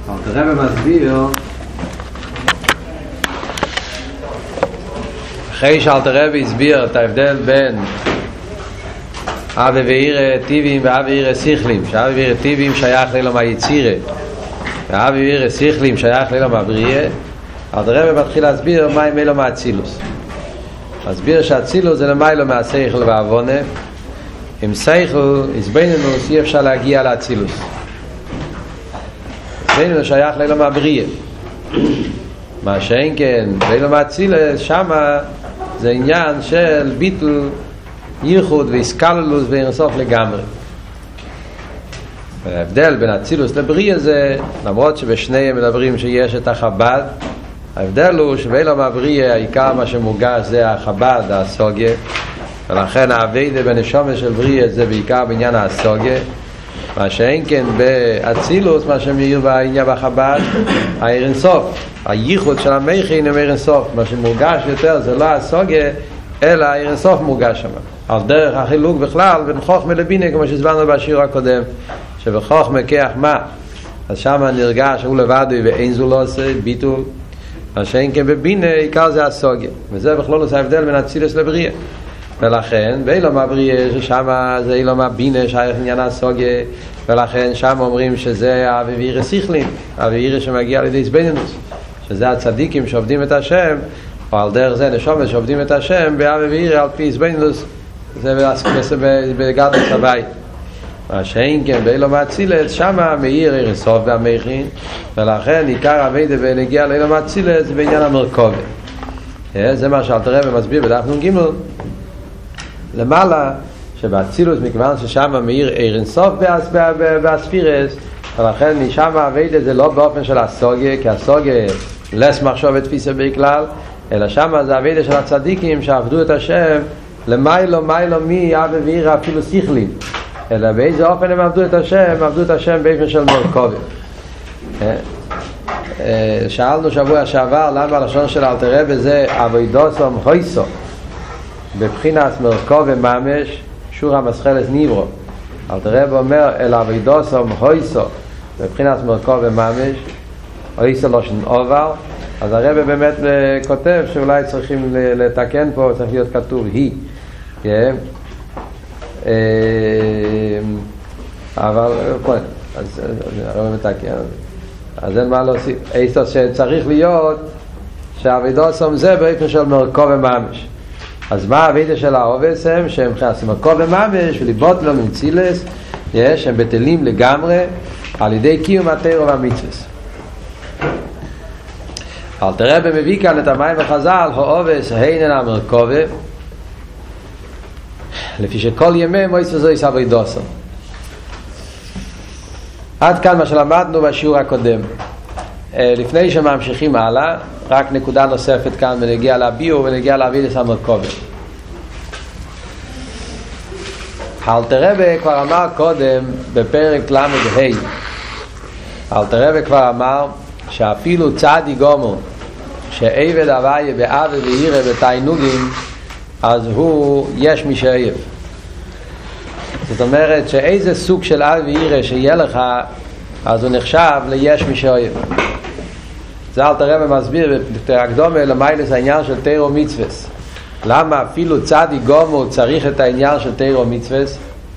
אלתר רבי מסביר אחרי שאלתר רבי הסביר את ההבדל בין אבי ואירא טיביים ואבי ואירא שכליים, שאבי ואירא טיביים שייך לעולם היצירה ואבי ואירא שכליים שייך לעולם הבריאה. אלתר רבי מתחיל להסביר מה עם אלו מהאצילוס. מסביר שהאצילוס זה למיילו מהשכל והעוונה. עם שכל, הסבינינוס, אי אפשר להגיע לאצילוס. הסבינינוס שייך לעולם הבריאה. מה שאין כן, לעולם האצילוס, שמה זה עניין של ביטול, ייחוד והסקללוס ואינסוף לגמרי. ההבדל בין אצילוס לבריאה זה, למרות שבשניהם מדברים שיש את החב"ד, ההבדל הוא שבעולם הבריאה העיקר מה שמורגש זה החב"ד, הסוגיה, ולכן העבודה בנשמה של בריאה זה בעיקר בעניין הסוגיה. מה שאין כן באצילוס, מה שמאיר בעניין בחב"ד, האינסוף, הייחוד של המכין עם אינסוף, מה שמורגש יותר זה לא הסוגיה אלא האינסוף מורגש שם. על דרך החילוק בכלל בין חוכמה לבינה, כמו שהסברנו בשיר הקודם, שבחוכמה כח מה, אז שם נרגש הוא לבד ואין זו לא עושה ביטול. מה שאין כן בבינה עיקר זה הסוגיה, וזה בכלול עושה הבדל בין אצילוס לבריאה. ולכן באילום הבריאה ששם זה אילום הבינה שייך עניין הסוגיה, ולכן שם אומרים שזה אבי ואירא שכליים, אבי ואירא שמגיע לידי הסבינינוס, שזה הצדיקים שעובדים את השם, או על דרך זה נשומות שעובדים את השם באבי ואירא על פי הסבינינוס, זה בגדלות הבית. מה שאין כן באילום האצילוס שמה מאיר אינסוף והמכין, ולכן עיקר העבודה ולהגיע לאילום האצילוס זה בעניין המרכבה. זה מה שאלתר רבי מסביר בדף נ"ג למעלה, שבאצילוס מכיוון ששם מאיר אינסוף בספירס, ולכן משם העבודה זה לא באופן של הסוגיה, כי הסוגיה לס מחשוב ותפיסה בכלל, אלא שם זה העבודה של הצדיקים שעבדו את השם למיילו מי אבי ואירא אפילו שכליים, אלא באיזה אופן הם עבדו את השם? עבדו את השם באופן של מרכבה. שאלנו שבוע שעבר למה הלשון של אלתר רבי זה אבוידוסום הויסו בבחינת מרכבה ממש שורה מסחלס ניברו. אלתר רבי אומר אל אבוידוסום הויסו בבחינת מרכבה ממש הויסו לא שן עובר. אז הרבי באמת כותב שאולי צריכים לתקן פה, צריך להיות כתוב היא, אבל אז הרבי מתקן, אז אין מה להוסיף. איסטוס שצריך להיות שהעבודוסום זה באופן של מרכבה ממש. אז מה העבודה של העובסם? שהם חסים מרכבה ממש וליבות לו ממצילס, שהם בטלים לגמרי על ידי קיום התורה והמצוות. אלתר רבי מביא כאן את המים וחז"ל, העובס הינן המרכבה, לפי שכל ימי מויסו זו יסע עבודוסום. עד כאן מה שלמדנו בשיעור הקודם. לפני שממשיכים הלאה, רק נקודה נוספת כאן ונגיע לביור ונגיע לעבודת המרכבה. אלתר רבי כבר אמר קודם בפרק ל"ה, אלתר רבי כבר אמר שאפילו צדיק גמור שעבד הוויה באבי ואירא בתענוגים, אז הוא יש מי שאוהב. זאת אומרת שאיזה סוג של אבי ואירא שיהיה לך, אז הוא נחשב ליש מי שאוהב. זה אלתר רבי מסביר בהקדומה למיילס העניין של תורה ומצוות. למה אפילו צדיק גמור צריך את העניין של תורה ומצוות?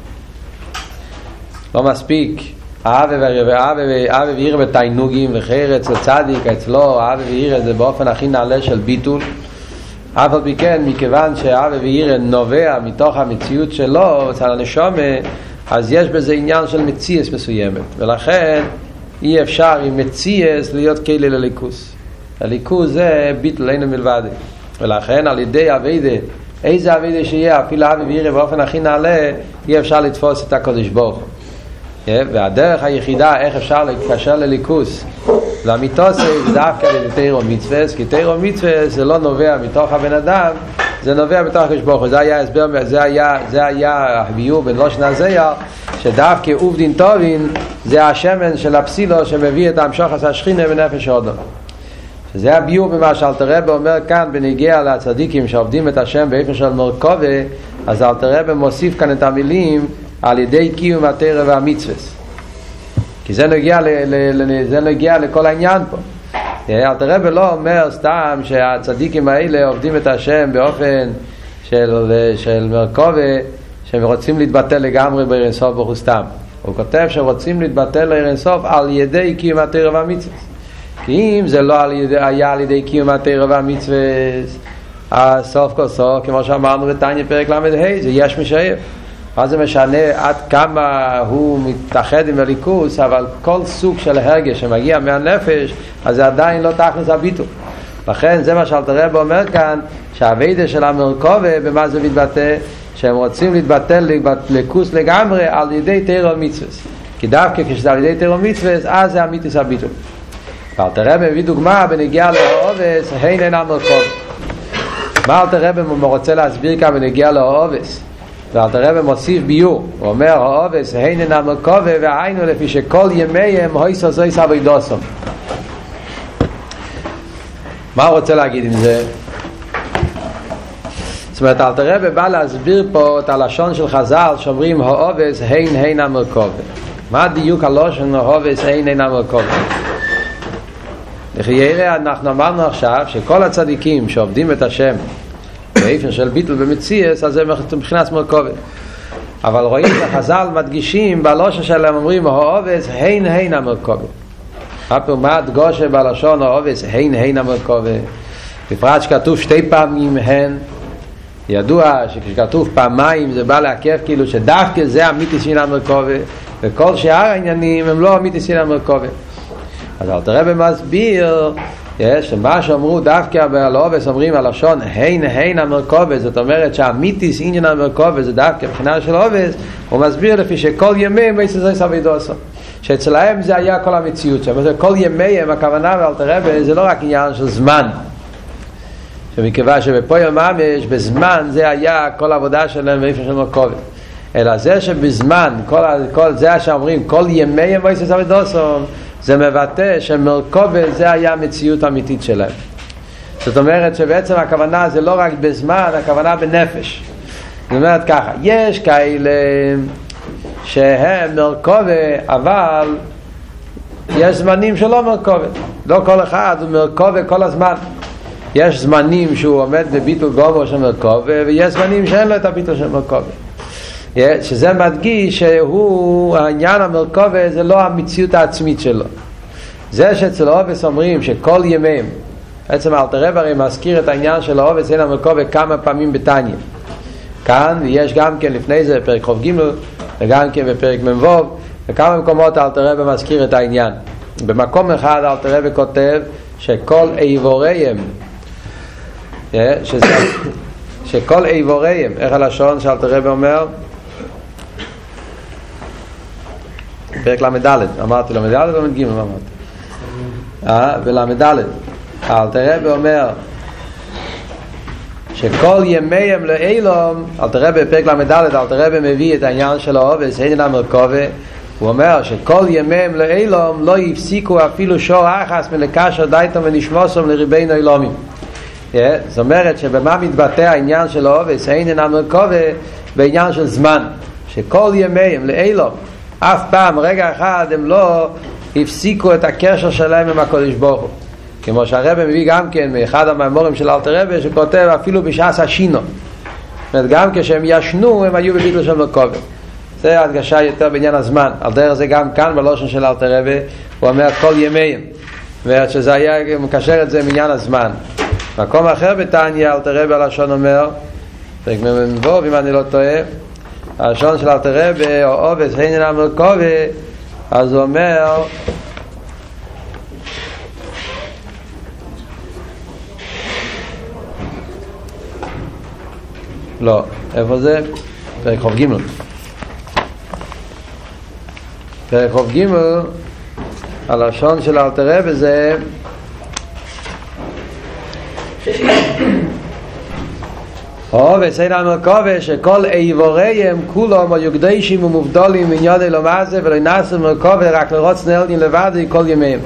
לא מספיק אבי ואירא בתענוגים וחייר אצל צדיק, אצלו אבי ואירא זה באופן הכי נעלה של ביטול. אף על פי כן, מכיוון שאבי ואירא נובע מתוך המציאות שלו אצל הנשמה, אז יש בזה עניין של מציאס מסוימת, ולכן אי אפשר עם מציאס להיות כלי לליכוס. הליכוס זה ביטול אינו מלבד, ולכן על ידי עבודה, איזה עבודה שיהיה, אפילו אבי ואירא באופן הכי נעלה, אי אפשר לתפוס את הקדוש ברוך הוא. והדרך היחידה איך אפשר לקשר לליכוס למיתוסי זה דווקא לתורה ומצוות, כי תורה ומצוות זה לא נובע מתוך הבן אדם, זה נובע מתוך הקדוש ברוך הוא. זה היה הסבר, זה היה הביור בין לושן הזייר, שדווקא עובדין טובין זה השמן של הפסילו שמביא את המשוחס השכינה בנפש האדם. שזה הביור במה שאלתר רבי אומר כאן בנגיע לצדיקים שעובדים את השם באופן של מרכבה. אז אלתר רבי מוסיף כאן את המילים על ידי קיום התורה והמצוות. כי זה נגיע לכל העניין פה. אלתר רבי לא אומר סתם שהצדיקים האלה עובדים את השם באופן של מרכבה, שהם רוצים להתבטל לגמרי בעיר אינסוף ברוך הוא סתם. הוא כותב שרוצים להתבטל לעיר אינסוף על ידי קיום התורה והמצוות. כי אם זה לא היה על ידי קיום התורה והמצוות, אז סוף כל סוף, כמו שאמרנו בתניא פרק ל"ה, זה יש משייב. אז זה משנה עד כמה הוא מתאחד עם הליכוס, אבל כל סוג של הרגש שמגיע מהנפש, אז זה עדיין לא תכלס הביטול. לכן זה מה שאלתר רבי אומר כאן, שהעבודה של המרכבה, במה זה מתבטא? שהם רוצים להתבטל לכוס לגמרי על ידי תורה ומצוות. כי דווקא כשזה על ידי תורה ומצוות, אז זה אמיתוס הביטול. ואלתר רבי מביא דוגמה בנגיעה לאהובס, הן המרכבה. מה אלתר רבי רוצה להסביר כאן בנגיעה לאהובס? ואלתר רבי מוסיף ביור, הוא אומר האהובס הן המרכבה, והיינו לפי שכל ימיהם הויסו זויס עבודוסם. מה הוא רוצה להגיד עם זה? זאת אומרת, אלתר רבי בא להסביר פה את הלשון של חז"ל שאומרים האהובס הן המרכבה. מה דיוק הלשון האהובס הן המרכבה? לחיירה אנחנו אמרנו עכשיו שכל הצדיקים שעובדים את השם באופן של ביטול במציאות, אז זה מבחינת מרכבה. אבל רואים שחז"ל מדגישים בלושן שלהם אומרים האהובס הן המרכבה. מה הדגושה בלשון האהובס הן המרכבה? בפרט שכתוב 2 פעמים הן, ידוע שכשכתוב פעמיים זה בא להקף כאילו שדווקא זה אמיתוס של המרכבה, וכל שאר העניינים הם לא אמיתוס של המרכבה. אז אלתר רבי מסביר שמה שאומרו דווקא באהובס אומרים הלשון הן המרכבה, זאת אומרת שהאמיתוס עניין המרכבה זה דווקא מבחינה של אהובס. הוא מסביר לפי שכל ימיהם ויסזויס עבודוסם, שאצלהם זה היה כל המציאות שם. כל ימיהם, הכוונה באלתר רבי זה לא רק עניין של זמן, שמכיוון שבפועל ממש בזמן זה היה כל העבודה שלהם באופן של מרכבה, אלא זה שבזמן כל זה שאומרים כל ימיהם ויסזויס עבודוסם, זה מבטא שמרכבה זה היה המציאות האמיתית שלהם. זאת אומרת שבעצם הכוונה זה לא רק בזמן, הכוונה בנפש. זאת אומרת ככה, יש כאלה שהם מרכבה, אבל יש זמנים שלא מרכבה. לא כל אחד הוא מרכבה כל הזמן. יש זמנים שהוא עומד בביטול גובר של מרכבה, ויש זמנים שאין לו את הביטול של מרכבה. שזה מדגיש שהוא העניין המרכבה זה לא המציאות העצמית שלו. זה שאצל האהובס אומרים שכל ימיהם, בעצם אלתר רבי הרי מזכיר את העניין של האהובס הן המרכבה כמה פעמים בתניא כאן, ויש גם כן לפני זה בפרק ח"ג וגם כן בפרק מ"ו, וכמה מקומות אלתר רבי מזכיר את העניין. במקום אחד אלתר רבי כותב שכל איבוריהם, שכל איבוריהם, איך הלשון שאלתר רבי אומר? פרק ל"ד, אמרתי ל"ד או ל"ג? ול"ד אלתר רבי אומר שכל ימיהם לאילום, אלתר רבי בפרק ל"ד אלתר רבי מביא את העניין של האהובס הן המרכבה. הוא אומר שכל ימיהם לאילום לא יפסיקו אפילו שור אחס מלקשר דייתם ונשמוסם לריבנו אילומים. זאת אומרת שבמה מתבטא העניין של האהובס הן המרכבה? בעניין של זמן, שכל ימיהם לאילום אף פעם רגע אחד הם לא הפסיקו את הקשר שלהם עם הקדוש ברוך הוא, כמו שהרבי מביא גם כן מאחד המאמרים של אלתר רבי שכותב אפילו בשעת השינו, זאת אומרת גם כשהם ישנו הם היו בביטול של מרכבה. זה הדגשה יותר בעניין הזמן. על דרך זה גם כאן בלושן של אלתר רבי הוא אומר כל ימיהם, ושזה היה מקשר את זה מעניין הזמן. מקום אחר בתניא אלתר רבי הלשון אומר פרק מ"ו אם אני לא טועה, הלשון של אלתר רבי האהובס הן המרכבה, אז הוא אומר לא, איפה זה? פרק ח"ג. פרק ח"ג הלשון של אלתר רבי זה האהובס הן המרכבה שכל איבוריהם כולם היו קדושים ומובדלים מעניין אלוהים הזה ולא נעשו מרכבה רק לרוץ נהלדין לבד כל ימיהם.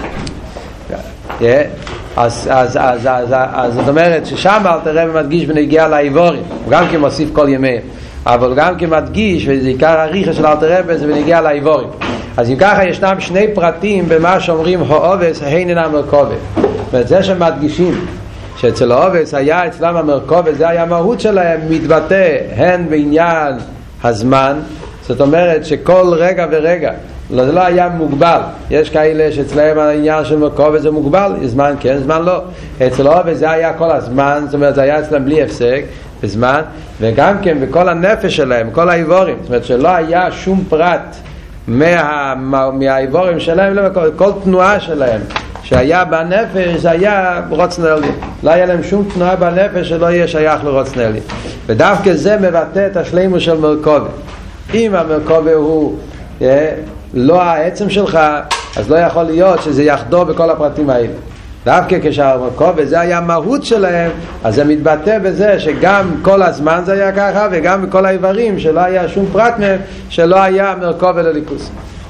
אז זאת אומרת ששם אלתר רבי מדגיש בנגיעה לאיבורים, הוא גם כן מוסיף כל ימיהם, אבל הוא גם כן מדגיש, וזה עיקר הריחה של אלתר רבי זה בנגיעה לאיבורים. אז אם ככה ישנם שני פרטים במה שאומרים הועובס הינן המרכובה. ואת זה שמדגישים שאצל העובס היה אצלם המרכובה, זה היה המהות שלהם, מתבטא הן בעניין הזמן, זאת אומרת שכל רגע ורגע זה לא היה מוגבל. יש כאלה שאצלהם העניין של מרכובה זה מוגבל, זמן כן, זמן לא. אצל העובס זה היה כל הזמן, זאת אומרת זה היה אצלם בלי הפסק בזמן, וגם כן בכל הנפש שלהם, כל האיבורים, זאת אומרת שלא היה שום פרט מהאיבורים שלהם, כל תנועה שלהם שהיה בנפש זה היה רוצנלי, לא היה להם שום תנועה בנפש שלא יהיה שייך לרוצנלי, ודווקא זה מבטא את השלימות של מרכובה. אם המרכובה הוא לא העצם שלך, אז לא יכול להיות שזה יחדור בכל הפרטים האלה. דווקא כשהמרכובה זה היה המהות שלהם, אז זה מתבטא בזה שגם כל הזמן זה היה ככה, וגם בכל האיברים שלא היה שום פרט מהם שלא היה מרכובה לליכוס.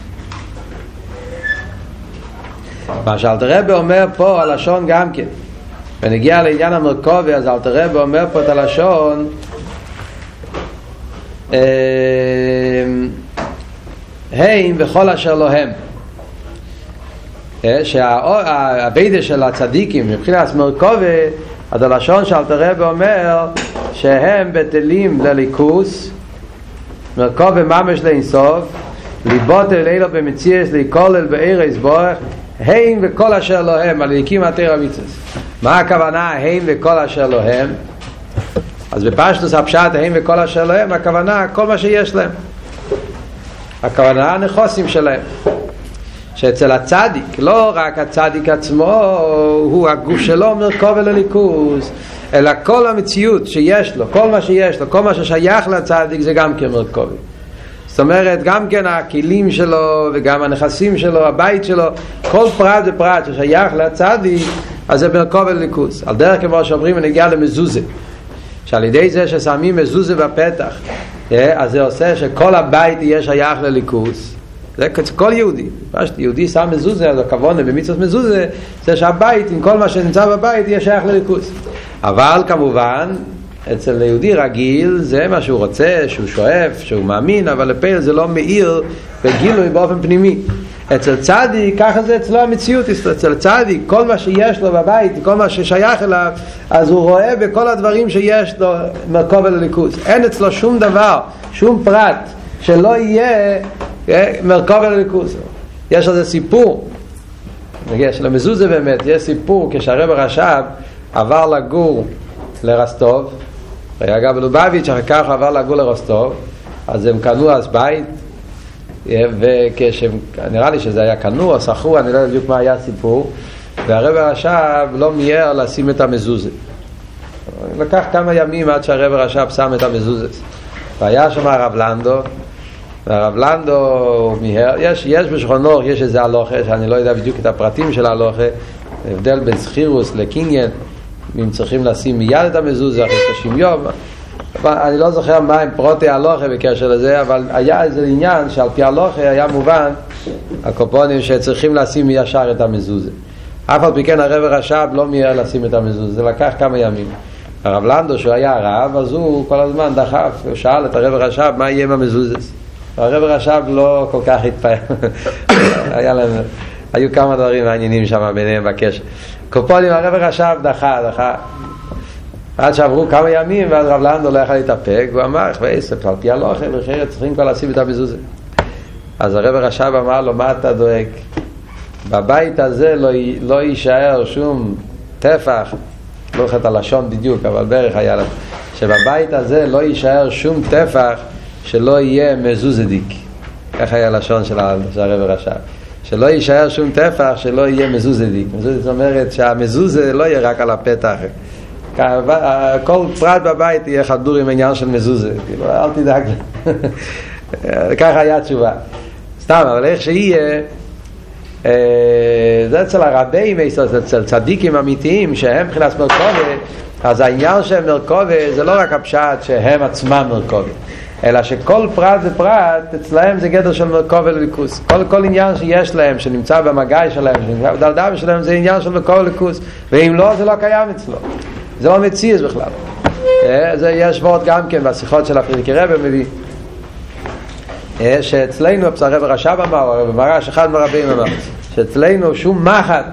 מה שאלתר רבי אומר פה הלשון גם כן, ונגיע לעניין המרכובה, אז אלתר רבי אומר פה את הלשון הם וכל אשר לא הם, שהבידה של הצדיקים מבחינת מרכובה, אז הלשון שאלתר רבי אומר שהם בטלים לליכוס, מרכובה ממש לאינסוף, ליבות אלילו במציאס להיכולל בארץ בורך, הם וכל אשר לא הם, הליקים התורה מצווה. מה הכוונה הם וכל אשר לא הם? אז בפשטוס הפשט הם וכל אשר לא הם, הכוונה כל מה שיש להם, הכוונה הנכוסים שלהם, שאצל הצדיק, לא רק הצדיק עצמו הוא הגוף שלו מרכובה לליכוז, אלא כל המציאות שיש לו, כל מה שיש לו, כל מה ששייך לצדיק זה גם כמרכובה. זאת אומרת גם כן הכלים שלו וגם הנכסים שלו, הבית שלו, כל פרט ופרט ששייך לצדיק, אז זה מרכובה לליכוז. על דרך כמו שאומרים ונגיע למזוזה, שעל ידי זה ששמים מזוזה בפתח, אז זה עושה שכל הבית יהיה שייך לליכוז. זה כל יהודי, יהודי שם מזוזה, אז הכוונה במצוות מזוזה זה שהבית עם כל מה שנמצא בבית יהיה שייך לליכוז. אבל כמובן אצל יהודי רגיל זה מה שהוא רוצה, שהוא שואף, שהוא מאמין, אבל לפעמים זה לא מאיר בגילוי באופן פנימי. אצל צדיק ככה זה אצלו המציאות, אצל צדיק כל מה שיש לו בבית, כל מה ששייך אליו, אז הוא רואה בכל הדברים שיש לו מרכובה לליכוז. אין אצלו שום דבר, שום פרט שלא יהיה מרכובה לליכוז. יש לזה סיפור, יש למזוזה באמת, יש סיפור כשהרב הרש"ב עבר לגור לרסטוב, היה גר בלובביץ', אחר כך עבר לגור לרסטוב, אז הם קנו אז בית, נראה לי שזה היה קנו או שכרו, אני לא יודע בדיוק מה היה הסיפור, והרב הרש"ב לא מיהר לשים את המזוזה. לקח כמה ימים עד שהרב הרש"ב שם את המזוזה, והיה שם הרב לנדו, והרב לנדו מיהר, יש בשכונו, יש איזה הלוכה, שאני לא יודע בדיוק את הפרטים של ההלוכה, הבדל בין סחירוס לקניין, אם צריכים לשים מיד את המזוזה אחרי 30 יום, אני לא זוכר מה הם פרוטי הלוכה בקשר לזה, אבל היה איזה עניין שעל פי הלוכה היה מובן הקופונים שצריכים לשים ישר את המזוזה. אף על פי כן הרב הרש"ב לא מיהר לשים את המזוזה, זה לקח כמה ימים. הרב לנדו שהוא היה רב, אז הוא כל הזמן דחף, הוא שאל את הרב הרש"ב מה יהיה עם המזוזה. הרב הרש"ב לא כל כך התפעל. היו כמה דברים מעניינים שם ביניהם בקשר. קופונים הרב הרש"ב דחה עד שעברו כמה ימים, ואז רב לנדו לא יכול להתאפק, והוא אמר, ועסק, על פי הלוכה, ואחרת צריכים כבר לשים את המזוזה. אז הרב הרש"ב אמר לו, מה אתה דואג? בבית הזה לא יישאר שום טפח, לא חת הלשון בדיוק, אבל בערך היה לך, שבבית הזה לא יישאר שום טפח שלא יהיה מזוזדיק. ככה היה הלשון של הרב הרש"ב. שלא יישאר שום טפח שלא יהיה מזוזדיק. זאת אומרת שהמזוזה לא יהיה רק על הפתח. כל פרט בבית יהיה חדור עם עניין של מזוזה, כאילו, אל תדאג. ככה היה התשובה. סתם, אבל איך שיהיה, זה אצל הרבים, אצל צדיקים אמיתיים, שהם מבחינת מרכובה, אז העניין של מרכובה זה לא רק הפשט שהם עצמם מרכובה, אלא שכל פרט ופרט אצלהם זה גדר של מרכובה לליכוס. כל עניין שיש להם, שנמצא במגע שלהם, שנמצא בדלדל שלהם, זה עניין של מרכובה לליכוס, ואם לא, זה לא קיים אצלו. זה לא מציאס בכלל. זה יש וורט גם כן בשיחות של הפריקי רבי מביא שאצלנו, הרב רש"ב אמר, הרב מרש, אחד מרבים אמר, שאצלנו שום מחט,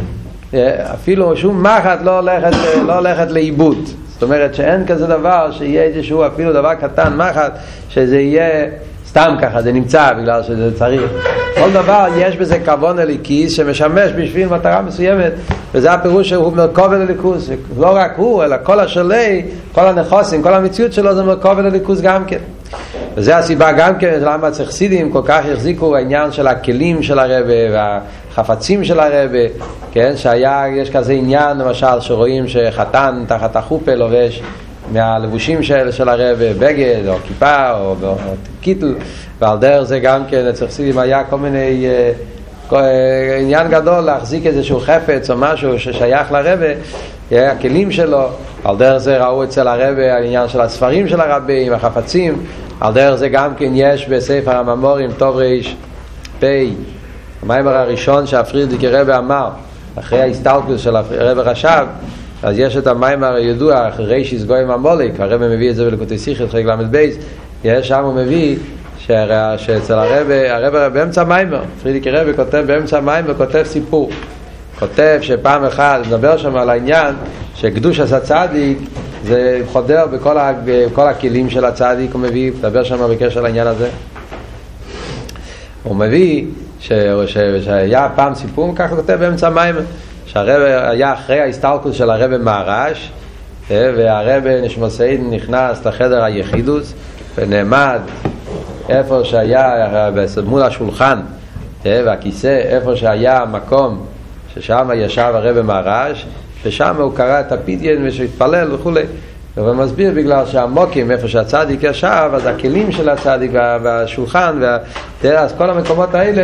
אפילו שום מחט לא הולכת לאיבוד. זאת אומרת שאין כזה דבר שיהיה איזשהו אפילו דבר קטן מחט שזה יהיה סתם ככה, זה נמצא בגלל שזה צריך. כל דבר יש בזה כוון אליקי שמשמש בשביל מטרה מסוימת, וזה הפירוש שהוא מרכוב אליקוס. לא רק הוא, אלא כל השלי, כל הנכוסים, כל המציאות שלו זה מרכוב אליקוס גם כן. וזה הסיבה גם כן למה חסידים כל כך החזיקו העניין של הכלים של הרבי והחפצים של הרבי, כן? יש כזה עניין למשל שרואים שחתן תחת החופה לובש מהלבושים של הרבי בגד או כיפה או קיטל, ועל דרך זה גם כן אצל חסידים היה כל מיני עניין גדול להחזיק איזשהו חפץ או משהו ששייך לרבי, הכלים שלו. על דרך זה ראו אצל הרבי העניין של הספרים של הרבים, החפצים. על דרך זה גם כן יש בספר הממורים טוב ריש פי, המיימר הראשון שהפרידיקי רבי אמר אחרי ההסתלקות של הרבי רש"ב, אז יש את המיימר הידוע ריש יסגויים המוליק, הרבי מביא את זה בליקוטי שיחת חלק למד בייס, שם הוא מביא שאצל הרבי באמצע המיימר, פרידיקי רבי כותב באמצע המיימר, כותב סיפור, כותב שפעם אחת מדבר שם על העניין שקדוש הצדיק זה חודר בכל הכלים של הצדיק. הוא מביא, מדבר שם בקשר לעניין הזה, הוא מביא שהיה פעם סיפור, ככה כותב באמצע המים, שהרב היה אחרי ההסתלקות של הרב מהרש, והרב נשמע סעיד נכנס לחדר היחידוס ונעמד איפה שהיה מול השולחן והכיסא, איפה שהיה המקום ששם ישב הרב מהרש, ושם הוא קרא את הפדיין ושהתפלל וכו'. הוא מסביר בגלל שהמוקים איפה שהצדיק ישב, אז הכלים של הצדיק והשולחן אז כל המקומות האלה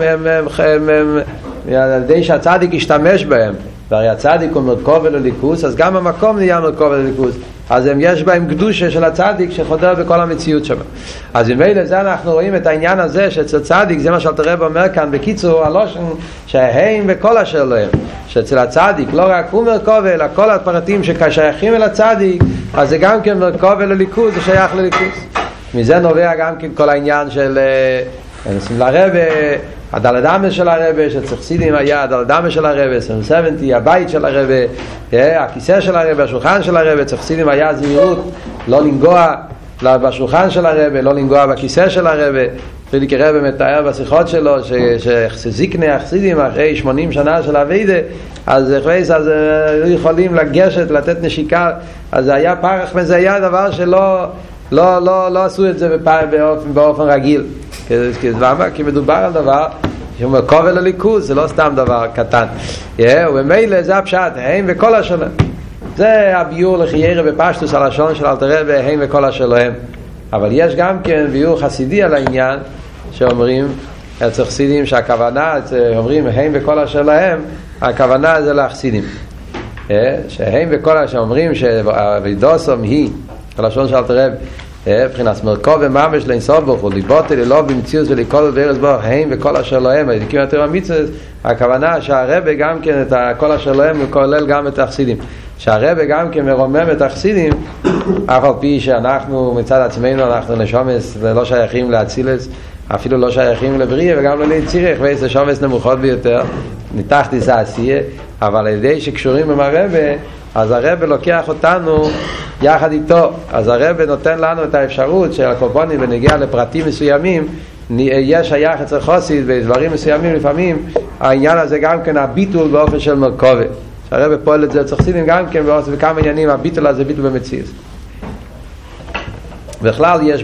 הם ידי שהצדיק ישתמש בהם, והרי הצדיק הוא מרכוב אליקוס, אז גם המקום נהיה מרכוב אליקוס, אז יש בהם קדושה של הצדיק שחודר בכל המציאות שם. אז ממילא זה אנחנו רואים את העניין הזה שאצל צדיק, זה מה שאלתר רבי אומר כאן בקיצור, הלושן שהם וכל אשר להם, שאצל הצדיק לא רק הוא מרכוב אלא כל הפרטים ששייכים אל הצדיק, אז זה גם כן מרכוב אל הליכוז, זה שייך לליכוז. מזה נובע גם כן כל העניין של נשים לרבי, הדלדמה של הרבי, שצחסידים היה הדלדמה של הרבי, 770, הבית של הרבי, הכיסא של הרבי, השולחן של הרבי, צחסידים היה זהירות לא לנגוע בשולחן של הרבי, לא לנגוע בכיסא של הרבי. פרידיקי רבי מתאר בשיחות שלו שזיקני החסידים אחרי 80 שנה של עבודה, אז היו יכולים לגשת, לתת נשיקה, אז זה היה פרח, וזה היה דבר שלא לא עשו את זה באופן רגיל, כי מדובר על דבר שהוא מרכוב אל הליכוז, זה לא סתם דבר קטן, ובמילא זה הפשט, הם וכל השלם. זה הביור לחיירה בפשטוס הלשון של אלתר רבי, הם וכל השלם. אבל יש גם כן ביור חסידי על העניין שאומרים אצל חסידים שהכוונה, אומרים הם וכל השלם, הכוונה זה לחסידים, שהם וכל השלם אומרים שהווידוסום היא הלשון של אלתר רבי מבחינת מרכוב וממש לאינסוף ברוך הוא ליבוטי ללא במציאות ולכל וארץ בו הם וכל אשר להם הידיקים יותר המצוות. הכוונה שהרבי גם כן את כל אשר להם וכולל גם את החסידים, שהרבי גם כן מרומם את החסידים, אף על פי שאנחנו מצד עצמנו אנחנו נשומס לא שייכים להצילס, אפילו לא שייכים לבריאה וגם לא ליצירך, וזה שומס נמוכות ביותר ניתחתי זה עשייה, אבל על ידי שקשורים עם הרבי, אז הרבי לוקח אותנו יחד איתו, אז הרבי נותן לנו את האפשרות של הקורבונים בנגיע לפרטים מסוימים, יש שייך אצל חסיד בדברים מסוימים לפעמים העניין הזה גם כן הביטול באופן של מרכובה, שהרבי פועל את זה אצל חסידים גם כן בכמה עניינים, הביטול הזה ביטול במציאות. בכלל יש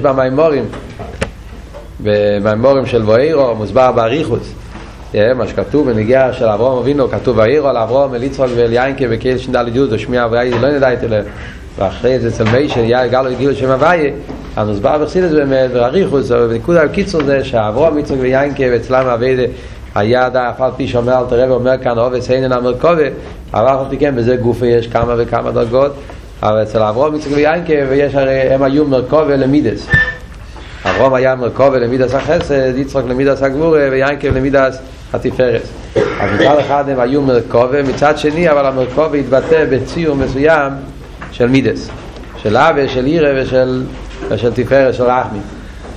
במיימורים של ואירו מוסבר באריכות, מה שכתוב בנגיעה של אברהם אבינו, כתוב ואירו על אברהם אליצחוק ואליינקה בקהיל ש"ד י' ושמי אברהם לא נדעת אליו, ואחרי זה אצל מיישה גלו הגיעו לשם הוויה, אז מוסבר בחסידות באמת באריכות, ובנקודה הקיצור זה שאברהם אליצחוק ואליינקה ואצלם הוויה היה אף על פי שאומר אלתר רבי אומר כאן עובס אינן המרכובה, אבל אף על פי כן בזה גופה יש כמה וכמה דרגות, אבל אצל אברהם אליצחוק ואליינקה הם היו מרכובה למידס. אברהם היה מרכובה למידס החסד, יצחק למידס הגבורה ויינקב למידס התפארת. אז מצד אחד הם היו מרכובה, מצד שני אבל המרכובה התבטא בציור מסוים של מידס, של אבא, של עירה ושל תפארת, של רחמי.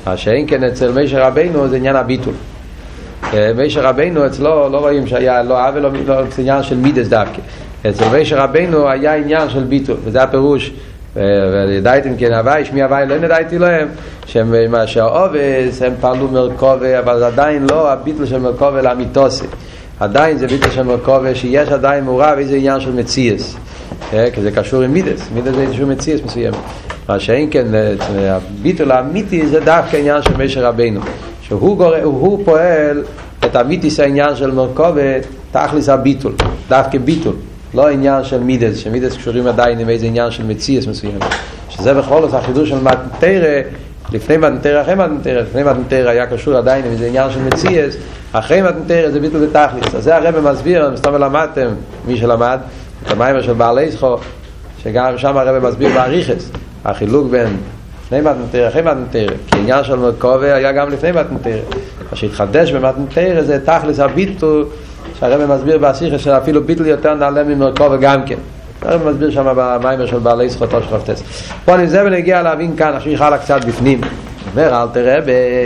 מה שאין כן אצל משה רבינו זה עניין הביטול. משה רבינו אצלו לא רואים שהיה לא עוול לא עניין של מידס דווקא. אצל משה רבינו היה עניין של ביטול, וזה הפירוש. וידעתם כן הווי, שמי הווי לא נדעתי להם שהעובס הם פעלו מרכובה, אבל עדיין לא הביטול של מרכובה לאמיתוסי, עדיין זה ביטול של מרכובה שיש עדיין מעורב איזה עניין של מציאס, כי זה קשור עם מידס, מידס זה איזשהו מציאס מסוים. מה שאין כן הביטול האמיתי זה דווקא עניין של משה רבינו, שהוא פועל את המיתיס העניין של מרכובה תכלס הביטול, דווקא ביטול, לא עניין של מידס, שמידס קשורים עדיין עם איזה עניין של מציאס מסוים, שזה בכל זאת החידוש של מתנתרא, לפני מתנתרא, אחרי מתנתרא. לפני מתנתרא היה קשור עדיין עם איזה עניין של מציאס, אחרי מתנתרא זה ביטול ותכלס. אז זה הרב מסביר, מסתם למדתם, מי שלמד את המיימר של בעל איסחו, שגם שם הרב מסביר בעריכס החילוק בין לפני מתנתרא, אחרי מתנתרא, כי עניין של מרכובה היה גם לפני מתנתרא. מה שהתחדש במתנתרא זה תכלס הביטול, שהרב מסביר בשיחה שאפילו ביטול יותר נעלה ממרכובה גם כן. הרב מסביר שם במיימר של בעלי איסחו תושך חפטס. פה נבזה ונגיע להבין כאן, עכשיו יחלה קצת בפנים. אומר אל תראה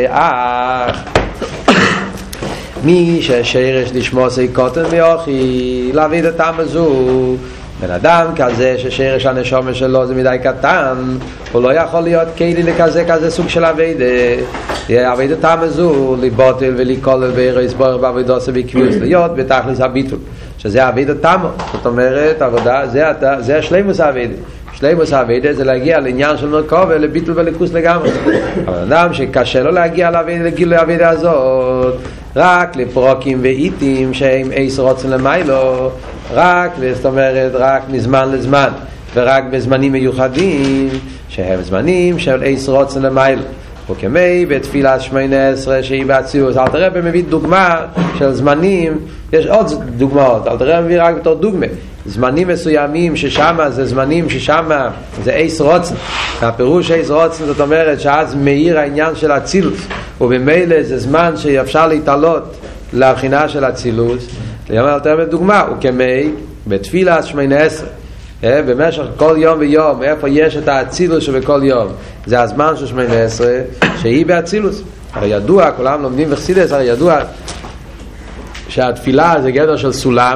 מי ששרש לשמוסי קוטן ויוכי להבין את המזו, בן אדם כזה ששרש הנשום שלו זה מדי קטן, הוא לא יכול להיות כלי לכזה סוג של עבודה. עבודה תמזו ליבוטל וליקול ואירס בורך בעבודות ובקביוס להיות בתכלס הביטול, שזה עבודה תמו. זאת אומרת עבודה זה שלימוס העבודה. שלימוס העבודה זה להגיע לעניין של מרכובה לביטול ולכוס לגמרי. אבל אדם שקשה לו להגיע לגילוי העבודה הזאת רק לפרוקים ואיתים שהם איס רוצים למיילו, זאת אומרת רק מזמן לזמן ורק בזמנים מיוחדים שהם זמנים של איס רוצים למיילו, וכמי בתפילת 18 שהיא באצילות. אל תראה במביא דוגמה של זמנים, יש עוד דוגמאות, אל תראה מביא רק בתור דוגמה זמנים מסוימים ששם זה זמנים ששם זה איס רוצן. הפירוש איס רוצן זאת אומרת שאז מאיר העניין של אצילות, ובמילא זה זמן שאפשר להתעלות לבחינה של אצילות. אל תראה בדוגמה וכמי בתפילת 18 במשך כל יום ויום, איפה יש את האצילוס שבכל יום זה הזמן של 18 שהיא באצילוס. הרי ידוע, כולם לומדים וחסידס, הרי ידוע שהתפילה זה גדר של סולם,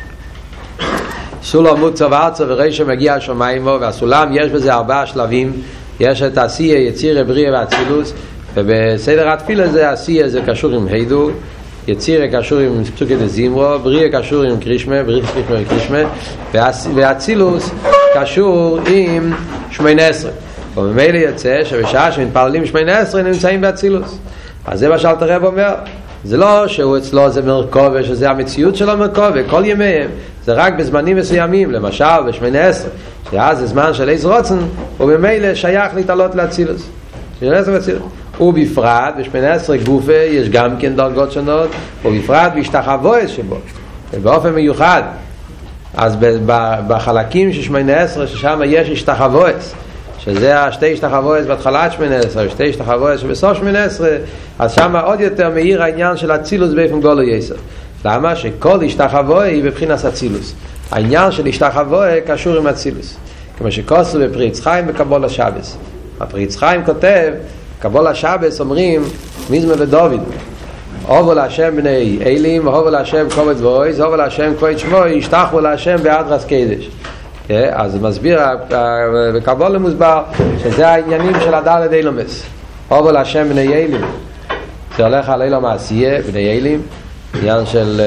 סולם מוצב ארצה ורישה מגיע השמיים, והסולם יש בזה 4 שלבים. יש את עשייה, יצירה, בריאה ואצילוס, ובסדר התפילה זה עשייה זה קשור עם הידו, יצירה קשור עם פסוקי דזימרו, בריאה קשור עם קרישמה, בריאה קרישמה, והאצילוס קשור עם 18. ובמילא יוצא שבשעה שמתפללים 18 נמצאים באצילוס. אז זה מה שאלת הרב אומר, זה לא שהוא אצלו זה מרכובה, שזה המציאות שלו מרכובה כל ימיהם, זה רק בזמנים מסוימים, למשל ב-18 שאז זה זמן של איז רוצן, ובמילא שייך להתעלות לאצילוס. ובפרט ב-18 גופה יש גם כן דרגות שונות, ובפרט בהשתחוות שבו באופן מיוחד. אז בחלקים של 18 ששם יש השתחוות, שזה השתי השתחוות בהתחלת 18 ושתי השתחוות שבסוף 18, אז שם עוד יותר מאיר העניין של אצילוס באופן גולו יסר. למה? שכל השתחוות היא בבחינת אצילוס. העניין של השתחוות קשור עם אצילוס, כמו שכוסו בפרי עץ חיים בקבול השבס. הפרי עץ חיים כותב קבול השבס אומרים מזמור לדוד, הובו להשם בני אלים, הובו להשם קומץ ואויז, הובו להשם קויץ שמוי, ישתחו להשם באדרס קדש. אז מסביר בקבול מוסבר שזה העניינים של הדלת אילומס. הובו להשם בני אלים זה הולך על אילום העשייה, בני אלים עניין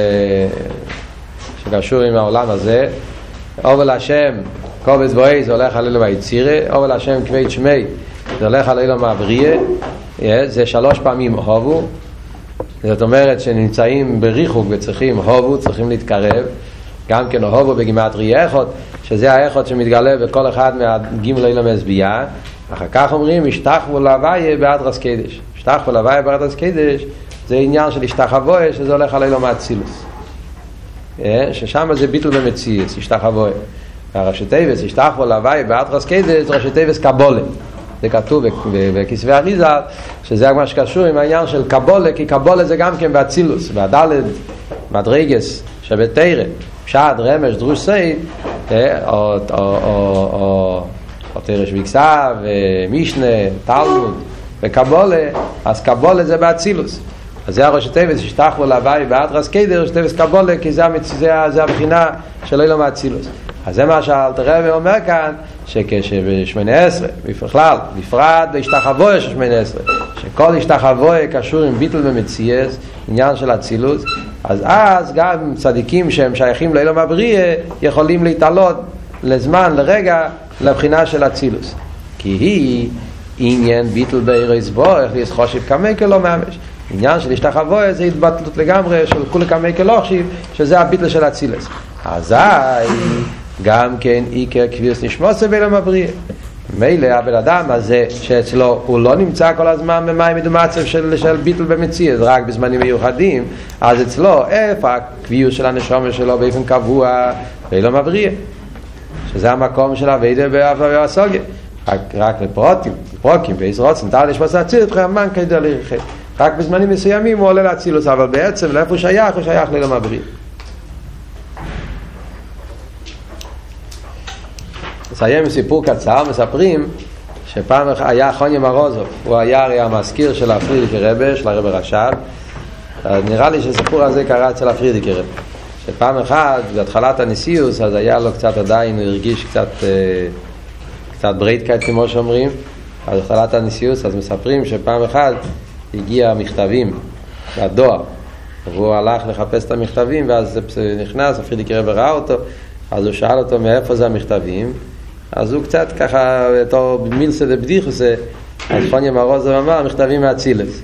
שקשור עם העולם הזה. הובו להשם קומץ ואויז זה הולך על אילום היצירה. הובו להשם קויץ שמוי זה הולך על אילום הבריאה. זה 3 פעמים הובו, זאת אומרת שנמצאים בריחוק וצריכים הובו, צריכים להתקרב. גם כן הובו בגימטריה אחד, שזה האחד שמתגלה בכל אחד מהגימל אילומס ביה. אחר כך אומרים השתחוו להוויה באדרס קדש. השתחוו להוויה באדרס קדש זה עניין של השתחוות, שזה הולך על אילום האצילוס, ששם זה ביטול במציאות, השתחוות. והראשי תיבס השתחוו להוויה באדרס קדש זה ראשי תיבס קבולה, זה כתוב בכסבי אריזה, שזה מה שקשור עם העניין של קבולה, כי קבולה זה גם כן באצילוס, והדלת מדרגס שבתירה פשט רמש דרוש סייד, או תרש ביקסה ומישנה תלמוד וקבולה, אז קבולה זה באצילוס. אז זה הראש תיבס, השתחוו להווי באתרס קדר, ראש תיבס קבולה, כי זה הבחינה של אילום האצילוס. אז זה מה שאלתר רבי אומר כאן, שכש-18, בכלל, נפרד להשתחווי של 18, שכל השתחווי קשור עם ביטל ומציאס, עניין של אצילוס, אז גם צדיקים שהם שייכים לאילום הבריאה, יכולים להתעלות לזמן, לרגע, לבחינה של אצילוס. כי היא עניין ביטל באירס בורך, יש חושב כמקל לא ממש. עניין של השתחווי זה התבטלות לגמרי של כולי כמקל לא חושב, שזה הביטל של אצילוס. אזי גם כן עיקר קביעות נשמות באילום הבריאה. מילא הבן אדם הזה שאצלו הוא לא נמצא כל הזמן במים מדומצב של ביטל במציאות, רק בזמנים מיוחדים, אז אצלו איפה הקביעות של הנשמה שלו באופן קבוע באילום הבריאה, שזה המקום של הווידה והסוגיה. רק לפרוקים בעז רוצן תל יש מסע צירת חיימן כדי להירחב, רק בזמנים מסוימים הוא עולה להצילוס, אבל בעצם לאיפה הוא שייך לאילום הבריאה. נסיים סיפור קצר. מספרים שפעם היה חוניה מרוזוב, הוא היה הרי המזכיר של הפרידיקי רבי, של הרבי רש"ב. נראה לי שהסיפור הזה קרה אצל הפרידיקי רבי, שפעם אחת בהתחלת הנשיאוס, אז היה לו קצת עדיין, הוא הרגיש קצת ברייטקייט כמו שאומרים, אז בהתחלת הנשיאוס, אז מספרים שפעם אחת הגיע מכתבים לדואר, והוא הלך לחפש את המכתבים, ואז נכנס, הפרידיקי רבי ראה אותו, אז הוא שאל אותו מאיפה זה המכתבים, אז הוא קצת ככה, בתור מילסה דבדיחוסה, אז חוניה מרוזוב אמר, מכתבים מהצילס.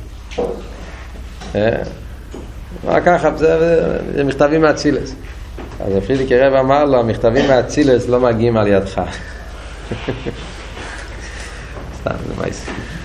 מה ככה, זה מכתבים מהצילס. אז הפרידיקי רבי אמר לו, המכתבים מהצילס לא מגיעים על ידך. סתם, זה מייס.